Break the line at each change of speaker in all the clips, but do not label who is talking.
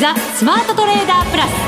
ザ・スマートトレーダープラス。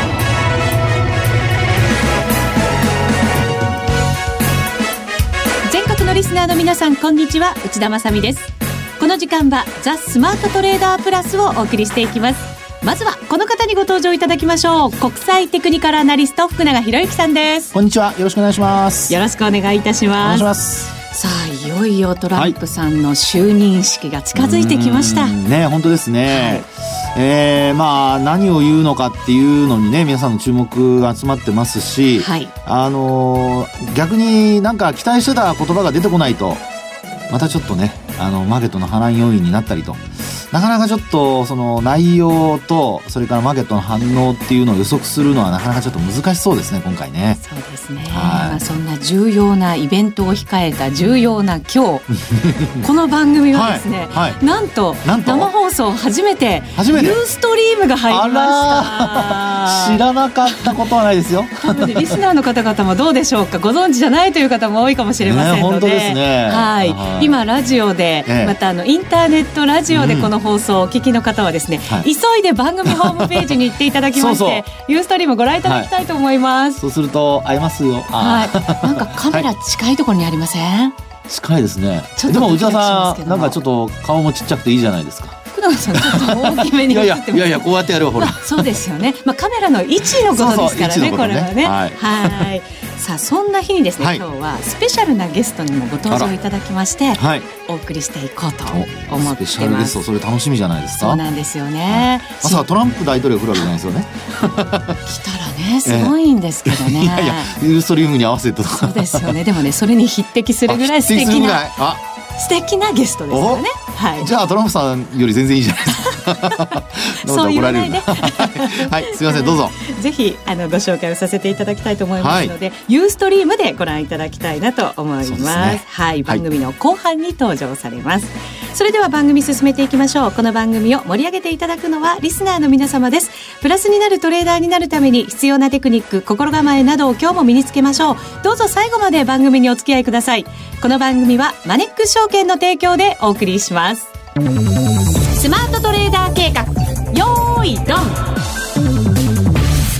全国のリスナーの皆さん、こんにちは、内田まさみです。この時間はザ・スマートトレーダープラスをお送りしていきます。まずはこの方にご登場いただきましょう。国際テクニカルアナリスト福永博之さんです。
こんにちは、よろしくお願いします。
よろしくお願いいたします。
お願いします。
さあ、いよいよトランプさんの就任式が近づいてきました。
ね、本当ですね、はい。何を言うのかっていうのにね、皆さんの注目が集まってますし、はい、逆になんか期待してた言葉が出てこないとまたちょっとね、マーケットの波乱要因になったりと、なかなかちょっとその内容とそれからマーケットの反応っていうのを予測するのはなかなかちょっと難しそうですね、今回ね。
そうですね、そんな重要なイベントを控えた重要な今日この番組はですね、はいはい、なんと生放送初めてユーストリームが入りました。
知らなかったことはないですよ。
多分ね、リスナーの方々もどうでしょうか、ご存知じゃないという方も多いかもしれませんので、
本当ですね、
はい、今ラジオで、またインターネットラジオでこの放送をお聞きの方はですね、急いで番組ホームページに行っていただきましてそうユーストリームご覧いただきたいと思います。
そうすると会えますよ。
はい、なんかカメラ近いところにありません？
近いですね。でも内田さん、なんかちょっと顔もちっちゃくていいじゃないですか。
福永さん、ちょっと大きめに映ってます。
いやこうやってやればほら、
そうですよね、カメラの位置のことですからね、これはね。はい、さあ、そんな日にですね、今日はスペシャルなゲストにもご登場いただきまして、お送りしていこうと思ってます。スペシャルゲスト、
それ楽しみじゃないですか。
そうなんですよね。
まさかトランプ大統領来るわけじゃないですよね。
来たらね、すごいんですけどね。
いやユーストリームに合わせてとか。
そうですよね。でもね、それに匹敵するぐらい素敵なゲストですよね。はい、
じゃあトランプさんより全然いいじゃないですか。
そう言わないで
はい、すいません、どうぞ。
ぜひご紹介をさせていただきたいと思いますので、ユーストリームでご覧いただきたいなと思います。はい、番組の後半に登場されます。それでは番組進めていきましょう。この番組を盛り上げていただくのはリスナーの皆様です。プラスになるトレーダーになるために必要なテクニック、心構えなどを今日も身につけましょう。どうぞ最後まで番組にお付き合いください。この番組はマネックス証券の提供でお送りします。スマートトレーダー計画、よーいドン。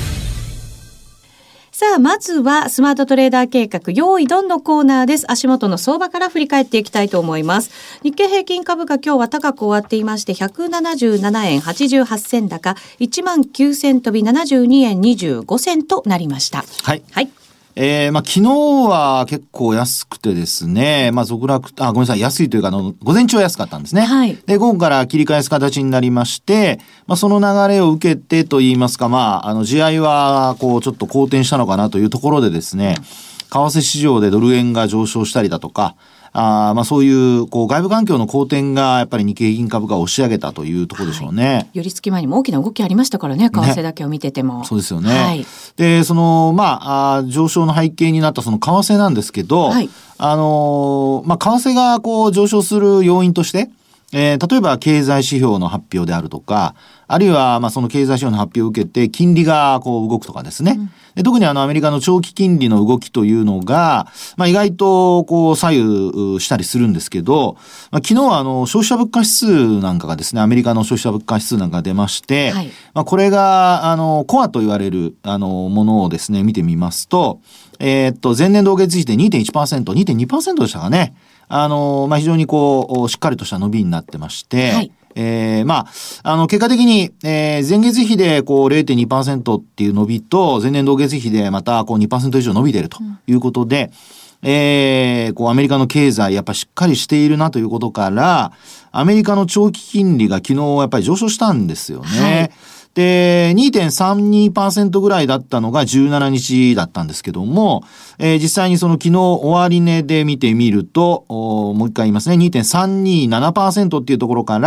さあ、まずはスマートトレーダー計画用意ドンのコーナーです。足元の相場から振り返っていきたいと思います。日経平均株価、今日は高く終わっていまして、177円88銭高、19,000飛び72円25銭となりました。
はい、はい。昨日は結構安くてですね、続落、ごめんなさい、安いというか、午前中は安かったんですね。はい。で、午後から切り返す形になりまして、その流れを受けてといいますか、地合いは、ちょっと好転したのかなというところでですね、為替市場でドル円が上昇したりだとか、そういう、外部環境の好転がやっぱり日経平均株価を押し上げたというところでしょうね。はい、
寄り付き前にも大きな動きありましたからね、為替だけを見てても。
そうですよね。はい、で、上昇の背景になったその為替なんですけど、はい、為替が上昇する要因として、例えば経済指標の発表であるとか、あるいはその経済指標の発表を受けて金利が動くとかですね。で、特にアメリカの長期金利の動きというのが、意外と左右したりするんですけど、昨日は消費者物価指数なんかがですね、アメリカの消費者物価指数なんかが出まして、はい、これがコアと言われるものをですね、見てみますと、前年同月比で 2.1%、2.2% でしたかね。非常にしっかりとした伸びになってまして、はい、結果的に、前月比で0.2% っていう伸びと、前年同月比でまた2% 以上伸びているということで、アメリカの経済やっぱしっかりしているなということから、アメリカの長期金利が昨日やっぱり上昇したんですよね。はい、で、2.32% ぐらいだったのが17日だったんですけども、実際にその昨日終値で見てみると、もう一回言いますね、2.327% っていうところから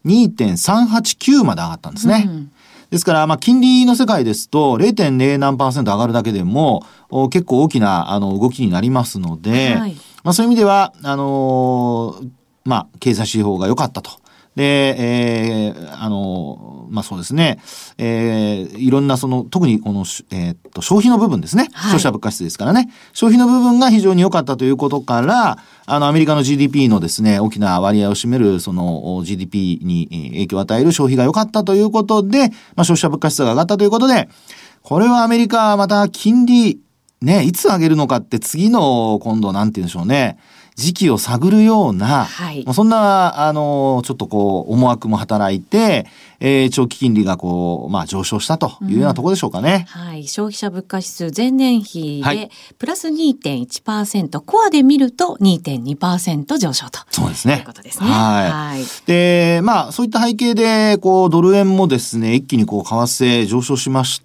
2.389 まで上がったんですね。ですから、金利の世界ですと 0.0 何%上がるだけでも結構大きな動きになりますので、はい、そういう意味では、経済指標が良かったと。 で、そうですね。いろんな特にこの、消費の部分ですね。消費者物価指数ですからね。消費の部分が非常に良かったということから、アメリカの GDP のですね、大きな割合を占める、GDP に影響を与える消費が良かったということで、消費者物価指数が上がったということで、これはアメリカまた金利、ね、いつ上げるのかって次の今度なんて言うんでしょうね。時期を探るような、そんな、ちょっと思惑も働いて、長期金利が上昇したというようなところでしょうかね。
消費者物価指数前年比で、プラス 2.1%、コアで見ると 2.2% 上昇と。
そうですね。
ということですね。
で、そういった背景で、ドル円もですね、一気に為替上昇しまして、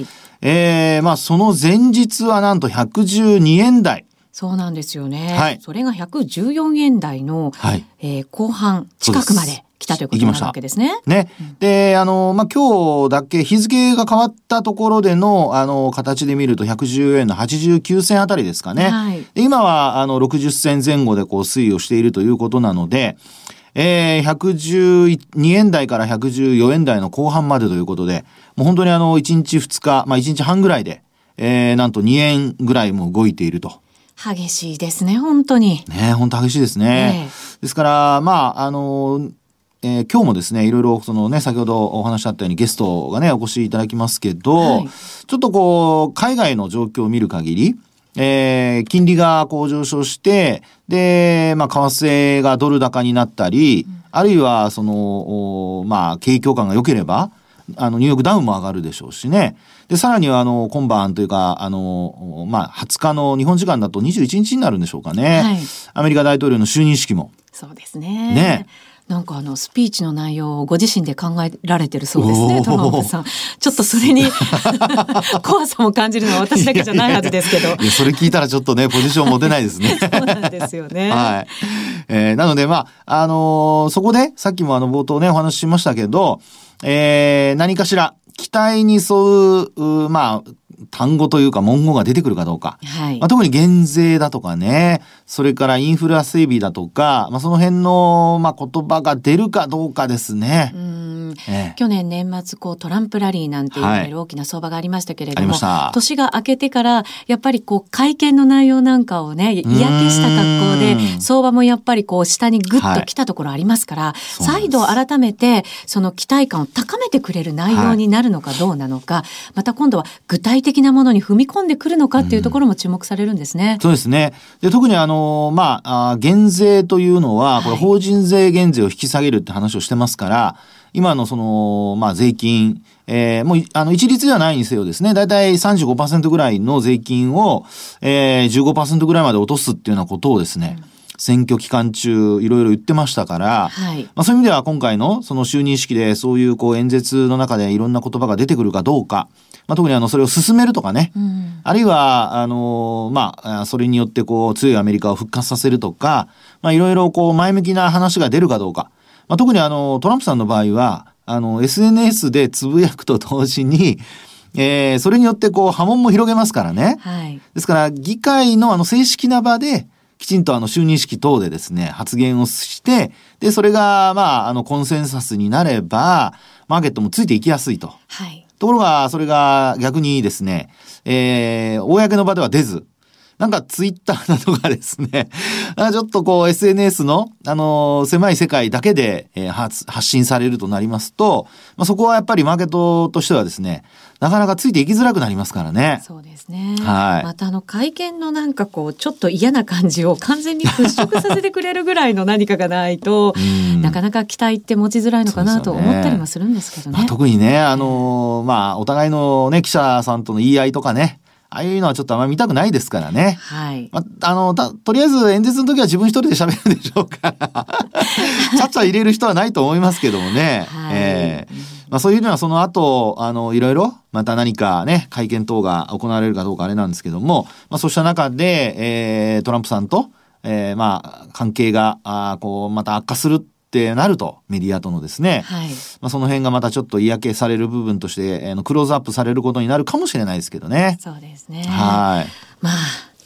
その前日はなんと112円台。
そうなんですよね。それが114円台の、後半近くまで来たということなわけですね。
で、今日だけ日付が変わったところでの、形で見ると110円の89銭あたりですかね。で今は、60銭前後で推移をしているということなので、112円台から114円台の後半までということで、もう本当に1日2日、1日半ぐらいで、なんと2円ぐらいも動いていると。
激しいですね、本当に。
本当激しいですね。ですから、今日もですね、いろいろ先ほどお話しあったようにゲストがね、お越しいただきますけど、ちょっと海外の状況を見る限り、金利が上昇して、で、為替がドル高になったり、あるいは景気況感が良ければ、ニューヨークダウンも上がるでしょうしね。で、さらには今晩というか、20日の日本時間だと21日になるんでしょうかね。アメリカ大統領の就任式も。
そうですね。なんかスピーチの内容をご自身で考えられてるそうですね、トランプさん。ちょっとそれに怖さも感じるのは私だけじゃないはずですけど。
それ聞いたらちょっとね、ポジション持てないですね。
そうなんですよね。
なので、そこで、さっきも冒頭ね、お話ししましたけど、何かしら、期待に沿う、単語というか文言が出てくるかどうか。特に減税だとかね、それからインフラ整備だとか、その辺の、言葉が出るかどうかですね。
去年年末トランプラリーなんていう大きな相場がありましたけれども、年が明けてからやっぱり会見の内容なんかをね、嫌気した格好で相場もやっぱり下にグッと来たところありますから、再度改めてその期待感を高めてくれる内容になるのかどうなのか、また今度は具体的なものに踏み込んでくるのかっていうところも注目されるんですね。
そうですね。で、特に減税というのは、これ法人税減税を引き下げるって話をしてますから、今の税金、もう一律ではないにせよですね、だいたい 35% ぐらいの税金を、15% ぐらいまで落とすっていうようなことをですね、選挙期間中いろいろ言ってましたから、そういう意味では今回のその就任式でそういう演説の中でいろんな言葉が出てくるかどうか、特にそれを進めるとかね、あるいはそれによって強いアメリカを復活させるとか、いろいろ前向きな話が出るかどうか。特にトランプさんの場合は、SNS でつぶやくと同時に、それによって波紋も広げますからね。ですから、議会の正式な場で、きちんと就任式等でですね、発言をして、で、それが、コンセンサスになれば、マーケットもついていきやすいと。ところが、それが逆にですね、公の場では出ず、なんかツイッターなどがですね、ちょっとSNS の、狭い世界だけで、発信されるとなりますと、そこはやっぱりマーケットとしてはですね、なかなかついていきづらくなりますからね。
そうですね。また会見のなんかちょっと嫌な感じを完全に払拭させてくれるぐらいの何かがないと、なかなか期待って持ちづらいのかなと思ったりもするんですけどね。
特にね、お互いのね、記者さんとの言い合いとかね、ああいうのはちょっとあんまり見たくないですからね。とりあえず演説の時は自分一人で喋るでしょうから、ちゃっちゃ入れる人はないと思いますけどもね。そういうのはその後、いろいろ、また何かね、会見等が行われるかどうかあれなんですけども、そうした中で、トランプさんと、関係が、また悪化するってなると、メディアとのですね、その辺がまたちょっと嫌気される部分として、クローズアップされることになるかもしれないですけどね。
そうですね。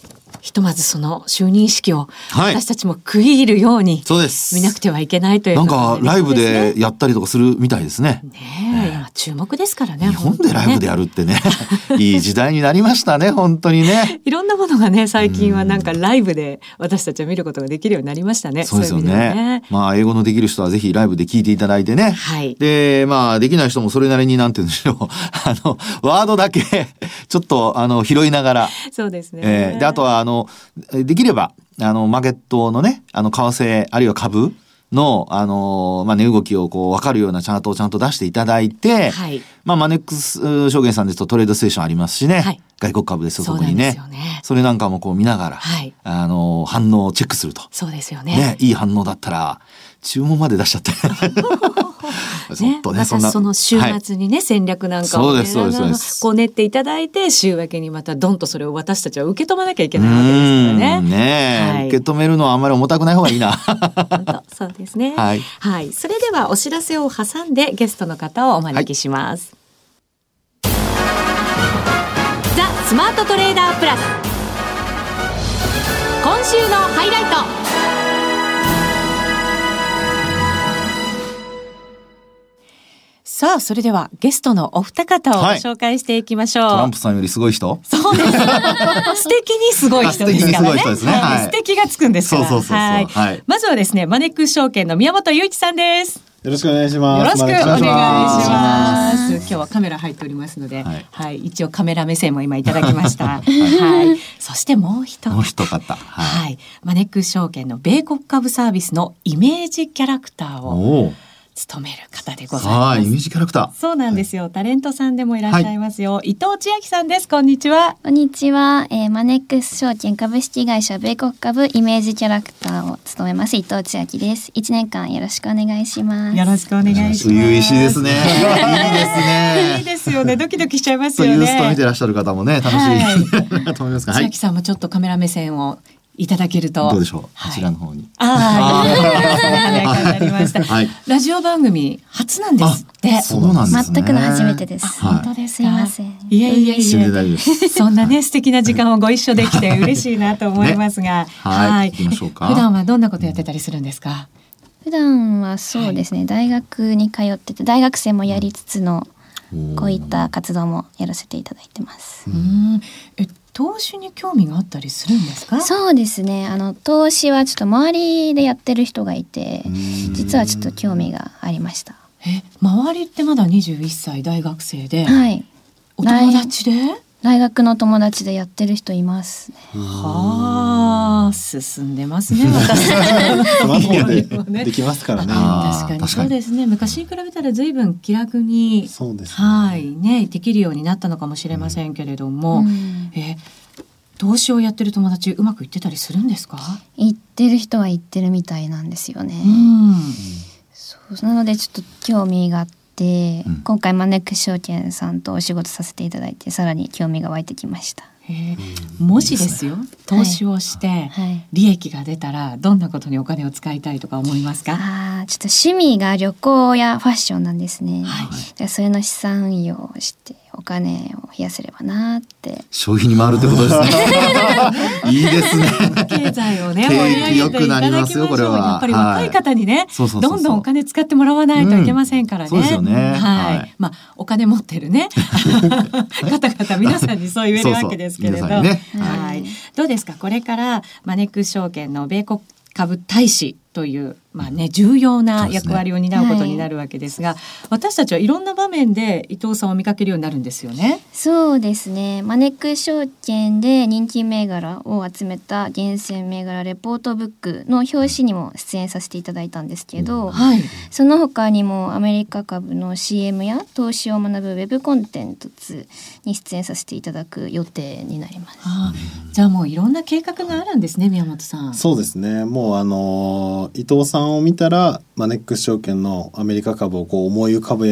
ひとまずその就任式を私たちも食い入るように見なくてはいけないという
なんかライブでやったりとかするみたいですね。
今注目ですからね。
日本でライブでやるってねいい時代になりましたね、本当にね。
いろんなものがね、最近はなんかライブで私たちは見ることができるようになりましたね。
そうですよね。まあ英語のできる人はぜひライブで聞いていただいてね。
はい。
で、まあできない人もそれなりになんて言うんでしょうワードだけちょっと拾いながら。
そうですね。
で、あとはできればマーケットのね、為替あるいは株の値動きをこう分かるようなチャートをちゃんと出していただいて、はい、まあマネックス証券さんですとトレードステーションありますしね、はい、外国株ですとそこにね、それなんかもこう見ながら、はい、反応をチェックすると。
そうですよね。
いい反応だったら注文まで出しちゃってちょっとね、
またその週末にね、戦略なんかをね、こう練っていただいて、週明けにまたドンとそれを私たちは受け止めなきゃいけないわけですからね。
受け止めるのはあんまり重たくない方がいいな。
本当そうですね。はい。それではお知らせを挟んでゲストの方をお招きします。ザ・スマートトレーダープラス。今週のハイライト。さあ、それではゲストのお二方をご紹介していきましょう。
トランプさんよりすごい人？
そうです。素敵にすごい人ですからね。素敵がつくんですから。まずはですね、マネックス証券の宮本雄一さんです。
よろしくお願いします。
よろしくお願いします。今日はカメラ入っておりますので、はい、一応カメラ目線も今いただきました。はい。そしてもう一
方。
はい。マネックス証券の米国株サービスのイメージキャラクターを務める方でございます。
イメージキャラクター。
そうなんですよ。タレントさんでもいらっしゃいますよ。伊藤千秋さんです。こんにちは。
こんにちは。マネックス証券株式会社米国株イメージキャラクターを務めます伊藤千秋です。1年間よろしくお願いします。
よろしくお願いします。
初々しいですね。いいですね。
いいですよね。ドキドキしちゃいますよね。
ユースト見てらっしゃる方もね、楽しいと思いますが。
千秋さんもちょっとカメラ目線をいただけると
どうでしょう、こちらの方に。
華やかになりました。ラジオ番組初なんですって。
そうなんですね。
全くの初めてです。
本当ですか。
すいません。
いえ。そんなね素敵な時間をご一緒できて嬉しいなと思いますが、
はい。行きましょうか。
普段はどんなことやってたりするんですか？
普段はそうですね、大学に通ってて大学生もやりつつのこういった活動もやらせていただいてます。
投資に興味があったりするんですか？
そうですね。投資はちょっと周りでやってる人がいて、実はちょっと興味がありました。
周りってまだ21歳大学生で、
はい。
お友達で？
大学の友達でやってる人いますね。
はあ、進んでますね。私
できますからね。
確かにそうですね。昔に比べたら随分気楽に、
そうです
ね、できるようになったのかもしれませんけれども、投資をやってる友達うまくいってたりするんですか？
言ってる人は言ってるみたいなんですよね。そうなのでちょっと興味があって。今回マネックス証券さんとお仕事させていただいてさらに興味が湧いてきました。
もしですよ、投資をして利益が出たらどんなことにお金を使いたいとか思いますか？
ちょっと趣味が旅行やファッションなんですね。それの資産運用をしてお金を増やせればなって。
消費に回るってことですね。いいですね。
経済をね、盛り上げていただきましょう。やっぱり若い方にね、どんどんお金使ってもらわないといけませんからね。
そうですよね。
まあお金持ってるね方々皆さんにそう言えるわけですけれど、どうですか、これからマネックス証券の米国株大使という重要な役割を担うことになるわけですが、私たちはいろんな場面で伊藤さんを見かけるようになるんですよね。
そうですね。マネックス証券で人気銘柄を集めた厳選銘柄レポートブックの表紙にも出演させていただいたんですけど、その他にもアメリカ株の CM や投資を学ぶウェブコンテンツに出演させていただく予定になります。
じゃあもういろんな計画があるんですね、宮本さん。
そうですね。もう伊藤さんを見たらマネックス証券のアメリカ株をこう思い浮かべ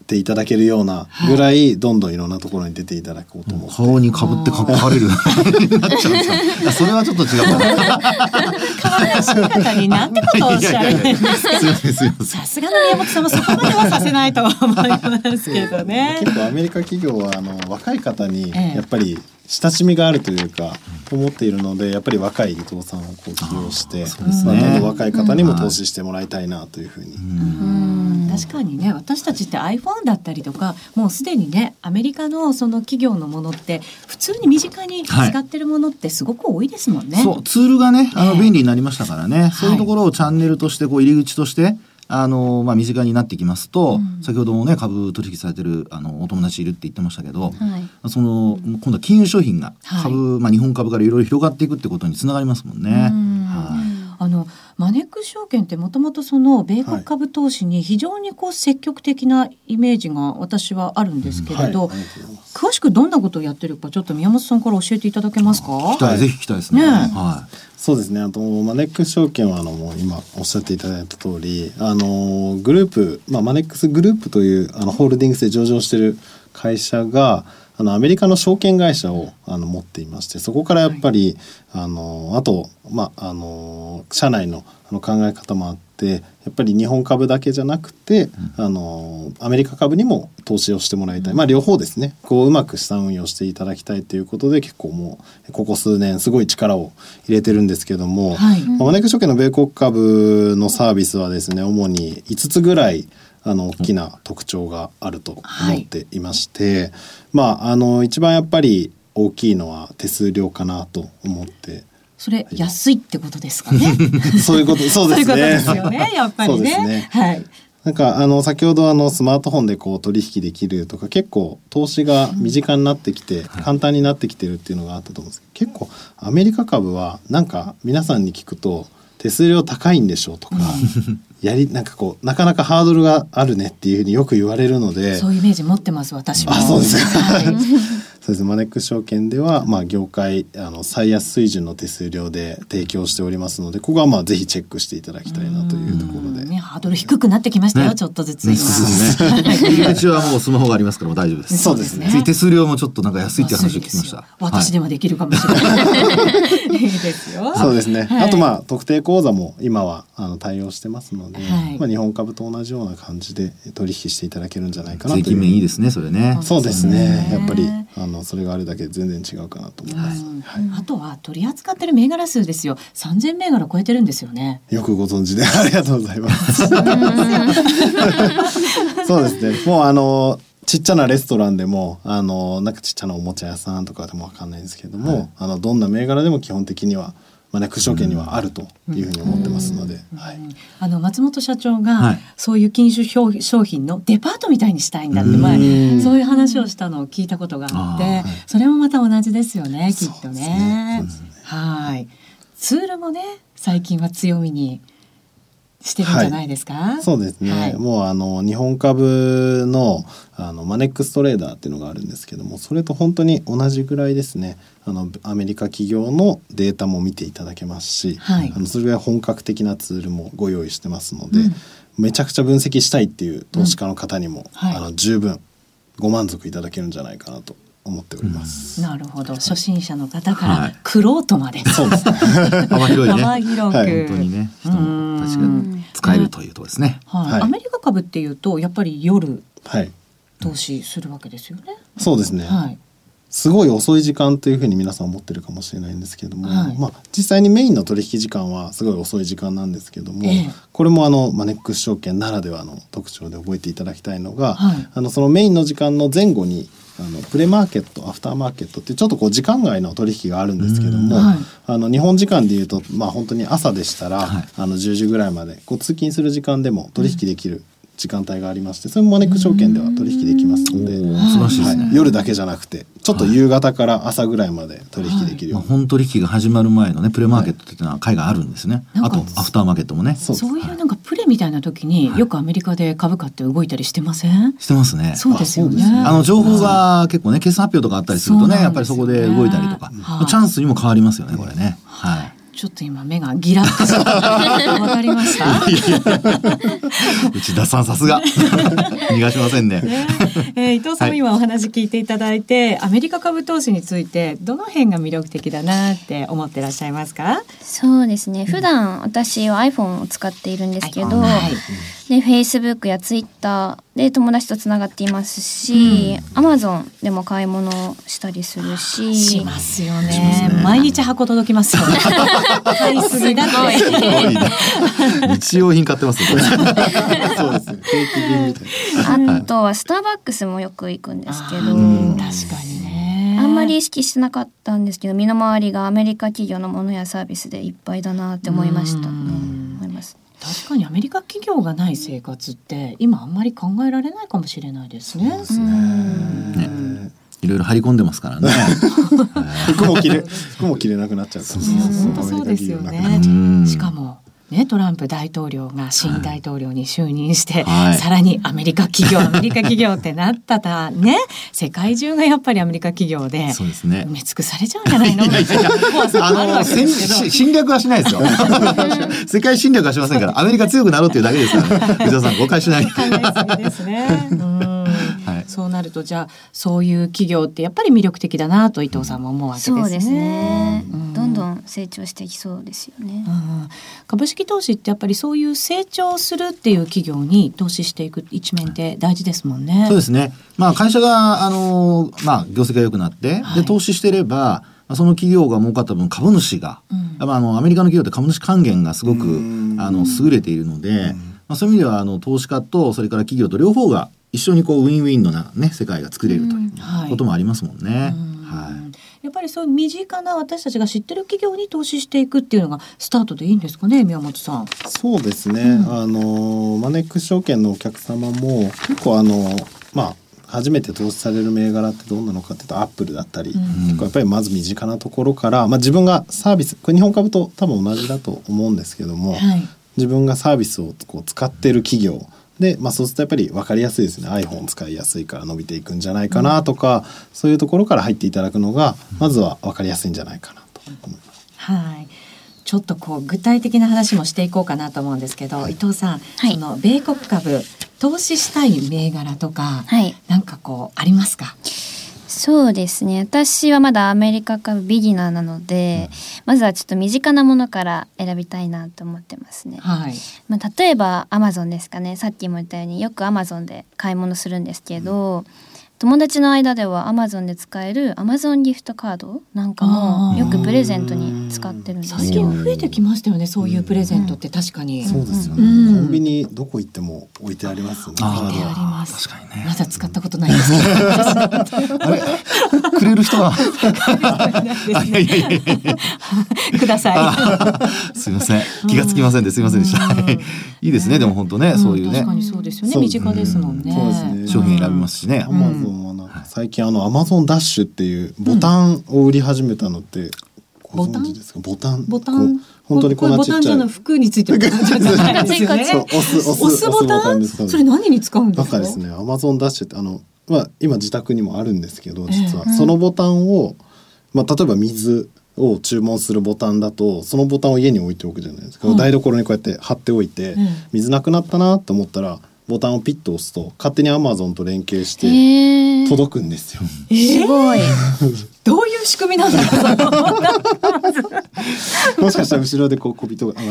ていただけるようなぐらいどんどんいろんなところに出ていただこうと思って、
顔にかぶって書かれるなっちゃうんですか。それはちょっと違うかな。
可愛らしい方になんてことをおっしゃるんですか。さすがの宮本さんもそこまではさせないと思いますけどね。
結構アメリカ企業は若い方にやっぱり親しみがあるというか思っているので、やっぱり若い伊藤さんをこう起用して、どんどん若い方にも投資してもらいたいなというふうに。
確かにね、私たちって iPhone だったりとかもうすでにね、アメリカのその企業のものって普通に身近に使ってるものってすごく多いですもんね。
そう、ツールがね便利になりましたからね、そういうところをチャンネルとしてこう入り口として身近になってきますと、先ほどもね株取引されてるお友達いるって言ってましたけど、今度は金融商品が株、日本株からいろいろ広がっていくってことにつながりますもんね。
マネックス証券ってもともとその米国株投資に非常にこう積極的なイメージが私はあるんですけれど、詳しくどんなことをやってるかちょっと宮本さんから教えていただけますか。
ぜひ聞きたいですね。
そうですね。マネックス証券はもう今おっしゃっていただいた通りグループ、マネックスグループというホールディングスで上場している会社がアメリカの証券会社を持っていまして、そこからやっぱり、あと、社内の考え方もあって、やっぱり日本株だけじゃなくて、アメリカ株にも投資をしてもらいたい、両方ですね、こううまく資産運用していただきたいということで、結構もうここ数年すごい力を入れてるんですけども、マネックス証券の米国株のサービスはですね、主に5つぐらい大きな特徴があると思っていまして、一番やっぱり大きいのは手数料かなと思って。
それ安いってことですかね。
そういうこと、そうですね。そういうことです
よね、やっぱりね。そうですね。はい。
なんか先ほどスマートフォンでこう取引できるとか、結構投資が身近になってきて、簡単になってきてるっていうのがあったと思うんですけど、結構アメリカ株はなんか皆さんに聞くと手数料高いんでしょうとか、なんかこうなかなかハードルがあるねっていうふうによく言われるので、
そういうイメージ持ってます私も。
そうですか。そうです。マネックス証券では、業界最安水準の手数料で提供しておりますので、ここはぜひチェックしていただきたいなというところで、
ハードル低くなってきましたよ、ちょっとずつ今。
入り口はもうスマホがありますから大丈夫です。
そうですね。
手数料もちょっとなんか安いって話を聞きました。
私でもできるかもしれない。いいですよ。
そうですね。あと特定口座も今は対応してますので、日本株と同じような感じで取引していただけるんじゃないかなという。
税金面いいですね、それね。
そうですね。やっぱりそれがあるだけで全然違うかなと思います。
あとは取り扱ってる銘柄数ですよ。3000銘柄超えてるんですよね。
よくご存知でありがとうございます。そうですね。もうちっちゃなレストランでもなんかちっちゃなおもちゃ屋さんとかでもわかんないんですけども、どんな銘柄でも基本的にはマネックス証券にはあるというふうに思ってますので、
松本社長がそういう金融商品のデパートみたいにしたいんだって前そういう話をしたのを聞いたことがあって、それもまた同じですよね、きっとね。はい。ツールもね最近は強みにしてるんじゃないですか。
そうですね。もう日本株のマネックストレーダーっていうのがあるんですけども、それと本当に同じぐらいですね。アメリカ企業のデータも見ていただけますし、それぐらい本格的なツールもご用意してますので、めちゃくちゃ分析したいっていう投資家の方にも、十分ご満足いただけるんじゃないかなと思っております。
なるほど。初心者の方から玄人まで、
そうですね。
幅広いね。
幅広く、
本当にね、人も確かに使えるというところですね。
アメリカ株っていうとやっぱり夜投資するわけですよね。
そうですね。すごい遅い時間というふうに皆さん思ってるかもしれないんですけども、実際にメインの取引時間はすごい遅い時間なんですけども、これもマネックス証券ならではの特徴で覚えていただきたいのが、そのメインの時間の前後にプレマーケット、アフターマーケットってちょっとこう時間外の取引があるんですけども、日本時間でいうと本当に朝でしたら、10時ぐらいまでこう通勤する時間でも取引できる時間帯がありまして、それもマネックス証券では取引できますので、夜だけじゃなくてちょっと夕方から朝ぐらいまで取引できるような、
本取引が始まる前のねプレマーケットっていうのは海外あるんですね。あとアフターマーケットもね。
そういうなんかプレみたいな時によくアメリカで株価って動いたりしてません？
してますね。
そうですよね。
情報が結構ね決算発表とかあったりするとね、やっぱりそこで動いたりとか、チャンスにも変わりますよね、これね。
ちょっと今目がギラッとした。わかりました。
内田さんさすが逃がしませんね。
伊藤さんも今お話聞いていただいて、アメリカ株投資についてどの辺が魅力的だなって思ってらっしゃいますか？
そうですね。普段私は iPhone を使っているんですけど、で Facebook や Twitter で友達とつながっていますし、Amazon でも買い物したりするし
ますよね。毎日箱届きますよね。買いすぎだって
日用品買ってますね。
そうですね。定期便みたいな。
あとはスターバックスもよく行くんですけど、
確かにね。
あんまり意識してなかったんですけど、身の回りがアメリカ企業のものやサービスでいっぱいだなって思いましたね。思います。
確かにアメリカ企業がない生活って今あんまり考えられないかもしれないですね。
いろいろ張り込んでますからね。
服も着れなくなっちゃうから。
本当そうですよね。しかもね、トランプ大統領が新大統領に就任して、さらにアメリカ企業ってなったらね、世界中がやっぱりアメリカ企業で埋め尽くされちゃうんじゃないの？
侵略はしないですよ。世界侵略はしませんから、アメリカ強くなろうっていうだけですからね。伊藤さん誤解しない。
ですね。そうなるとじゃあそういう企業ってやっぱり魅力的だなと伊藤さんも思うわけですね。
そうですね。どんどん成長していきそうですよね。
株式投資ってやっぱりそういう成長するっていう企業に投資していく一面って大事ですもんね。
そうですね。会社が業績が良くなって、で投資してればその企業が儲かった分株主が、アメリカの企業って株主還元がすごく優れているので、そういう意味では投資家とそれから企業と両方が一緒にウィンウィンのな、世界が作れるということもありますもんね。
やっぱりそういう身近な私たちが知ってる企業に投資していくっていうのがスタートでいいんですかね、宮本さん。
そうですね。マネックス証券のお客様も結構初めて投資される銘柄ってどんなのかっていうとアップルだったり、結構やっぱりまず身近なところから、自分がサービス、これ日本株と多分同じだと思うんですけども、自分がサービスを使っている企業で、そうするとやっぱり分かりやすいですね。 iPhone 使いやすいから伸びていくんじゃないかなとか、そういうところから入っていただくのがまずは分かりやすいんじゃないかなと思います。
ちょっと具体的な話もしていこうかなと思うんですけど、伊藤さん、その米国株投資したい銘柄とか、なんかありますか？
そうですね。私はまだアメリカ株ビギナーなので、まずはちょっと身近なものから選びたいなと思ってますね。例えばアマゾンですかね。さっきも言ったようによくアマゾンで買い物するんですけど、友達の間ではアマゾンで使えるアマゾンギフトカードなんかもよくプレゼントに使ってるんですよ。
最近増えてきましたよね、そういうプレゼントって確かに。
そうですよね。コンビニどこ行っても置いてありますよね。
置いてあります。
確かにね。
まだ使ったことないですけど。
くれる人は
くださ
い。すいません、気がつきませんですいませんでした。いいですね。でも本当ね、そういうね。
確かにそうですよね。身近ですもんね。
商品選びますしね。
最近アマゾンダッシュっていうボタンを売り始めたのってご存知ですか？ボタン本当にこんなちっちゃいボタン
じゃない、服についてるボタンじゃないですよね。押すボタン。それ何に使うんですか？
なんかですね、アマゾンダッシュって今自宅にもあるんですけど、実はそのボタンを例えば水を注文するボタンだと、そのボタンを家に置いておくじゃないですか。台所にこうやって貼っておいて、水なくなったなと思ったらボタンをピッと押すと勝手にアマゾンと連携して届くんですよ。
すごい。
どういう仕組みなんだろ
う。もしかしたら後ろで小人が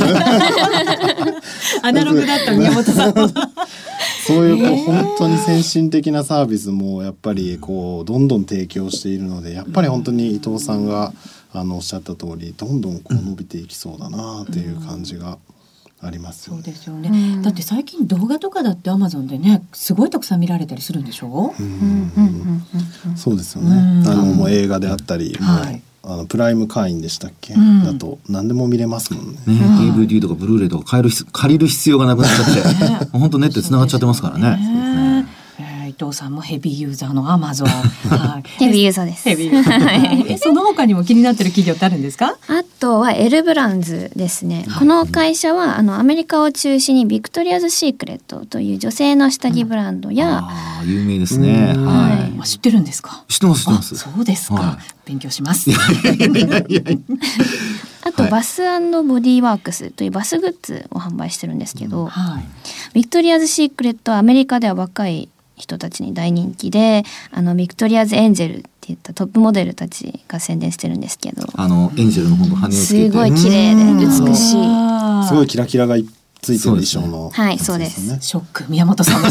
アナログだった宮本さん。
そういう本当に先進的なサービスもやっぱりどんどん提供しているので、やっぱり本当に伊藤さんがおっしゃった通り、どんどん伸びていきそうだなっていう感じがありますよね。
そうですよね。だって最近動画とかだってアマゾンでね、すごいたくさん見られたりするんでしょ？
そうですよね。もう映画であったり、プライム会員でしたっけ、だと何でも見れますもんね。
DVD とかブルーレイとか借りる必要がなくなっちゃって本当ネットで繋がっちゃってますからね。
伊藤さんもヘビーユーザーのアマゾン。
ヘビーユーザーです。
その他にも気になってる企業ってあるんですか？
あとはエルブランズですね。この会社はアメリカを中心にビクトリアズシークレットという女性の下着ブランドや、
有名ですね。
知ってるんですか？
知ってます。
そうですか。勉強します。
あとバス&ボディーワークスというバスグッズを販売してるんですけど、ビクトリアズシークレットはアメリカでは若い人たちに大人気で、ビクトリアズエンジェルっていったトップモデルたちが宣伝してるんですけど、
エンジェルの本当羽をつけて
すごい綺麗で美しい、
すごいキラキラがついてる衣装の、
はい、そうです。
ショック、宮本さんの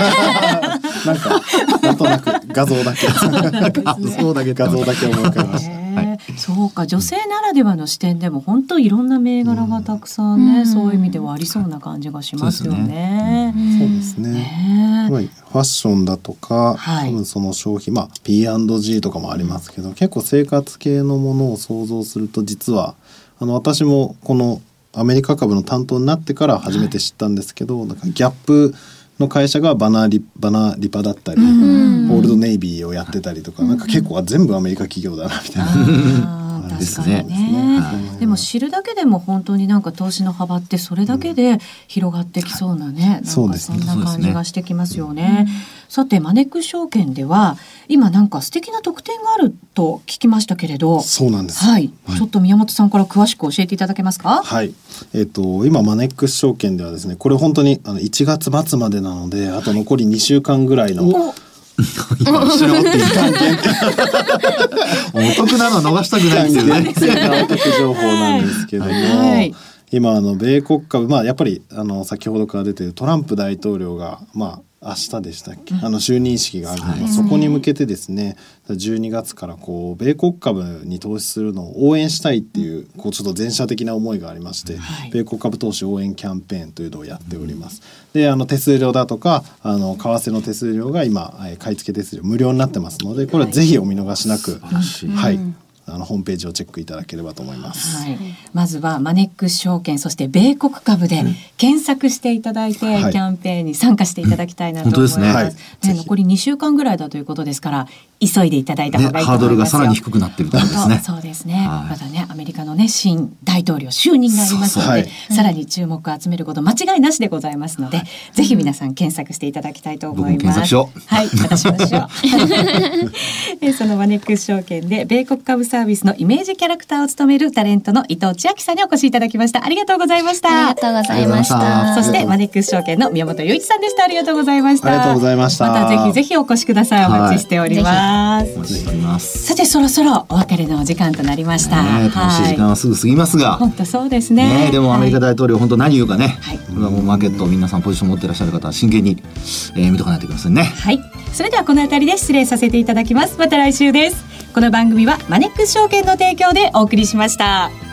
なんとなく画像だけ思い浮かべました。
そうか、女性ならではの視点でも本当いろんな銘柄がたくさんね、そういう意味ではありそうな感じがしますよね。
そうですね。ファッションだとか、多分その消費、P&G とかもありますけど、結構生活系のものを想像すると、実は私もこのアメリカ株の担当になってから初めて知ったんですけど、なんかギャップの会社がバナリパだったり、オールドネイビーをやってたりとか、なんか結構全部アメリカ企業だなみたいな。
確かにね。でも知るだけでも本当になんか投資の幅ってそれだけで広がってきそうなね、なんかそんな感じがしてきますよね。さてマネックス証券では今なんか素敵な特典があると聞きましたけれど。
そうなんです。
ちょっと宮本さんから詳しく教えていただけますか。
今マネックス証券ではですね、これ本当に1月末までなので、あと残り2週間ぐらいの今一緒に持っていただけ
お得なの逃したくないんですよね。
お得情報なんですけども、今米国株、やっぱり先ほどから出ているトランプ大統領が明日でしたっけ、就任式があるので、そこに向けてですね、12月から米国株に投資するのを応援したいっていう、ちょっと前者的な思いがありまして、米国株投資応援キャンペーンというのをやっております。で手数料だとか為替の手数料が今買い付け手数料無料になってますので、これはぜひお見逃しなく、ホームページをチェックいただければと思います。
まずはマネックス証券、そして米国株で検索していただいて、キャンペーンに参加していただきたいなと思います。残り2週間ぐらいだということですから、急いでいただいた方がいいと思いますよ。
ハードルがさらに低くなってるということですね。
そうですね。まだね、アメリカのね、新大統領就任がありますので、さらに注目を集めること間違いなしでございますので、ぜひ皆さん検索していただきたいと思います。
僕も検索しよう。
私もしよう。そのマネックス証券で米国株サービスのイメージキャラクターを務めるタレントの伊藤千秋さんにお越しいただきました。ありがとうございました。
ありがとうございました。
そしてマネックス証券の宮本雄一さんでした。ありがとうございました。
ありがとうございました。
またぜひぜひお越しください。お待ちしております。さてそろそろお別れのお時間となりました。
楽しい時間はすぐ過ぎますが、
本当そうですね。
でもアメリカ大統領本当何言うかね、これはもうマーケット皆さんポジション持っていらっしゃる方は真剣に、見とかないといけませんね。
それではこのあたりで失礼させていただきます。また来週です。この番組はマネックス証券の提供でお送りしました。